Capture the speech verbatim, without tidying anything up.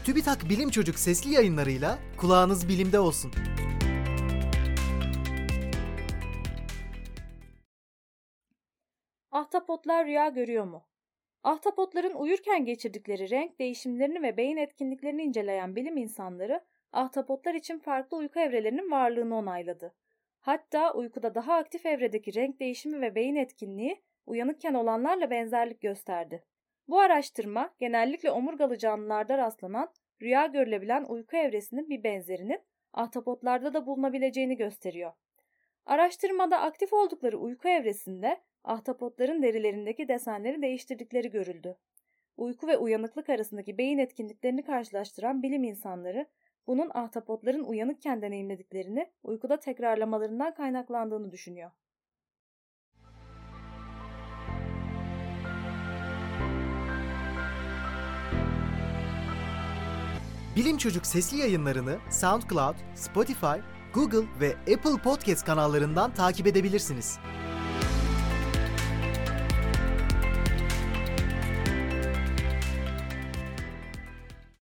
TÜBİTAK Bilim Çocuk sesli yayınlarıyla kulağınız bilimde olsun. Ahtapotlar rüya görüyor mu? Ahtapotların uyurken geçirdikleri renk değişimlerini ve beyin etkinliklerini inceleyen bilim insanları, ahtapotlar için farklı uyku evrelerinin varlığını onayladı. Hatta uykuda daha aktif evredeki renk değişimi ve beyin etkinliği uyanıkken olanlarla benzerlik gösterdi. Bu araştırma, genellikle omurgalı canlılarda rastlanan, rüya görülebilen uyku evresinin bir benzerinin ahtapotlarda da bulunabileceğini gösteriyor. Araştırmada aktif oldukları uyku evresinde ahtapotların derilerindeki desenleri değiştirdikleri görüldü. Uyku ve uyanıklık arasındaki beyin etkinliklerini karşılaştıran bilim insanları, bunun ahtapotların uyanıkken deneyimlediklerini uykuda tekrarlamalarından kaynaklandığını düşünüyor. Bilim Çocuk sesli yayınlarını SoundCloud, Spotify, Google ve Apple Podcast kanallarından takip edebilirsiniz.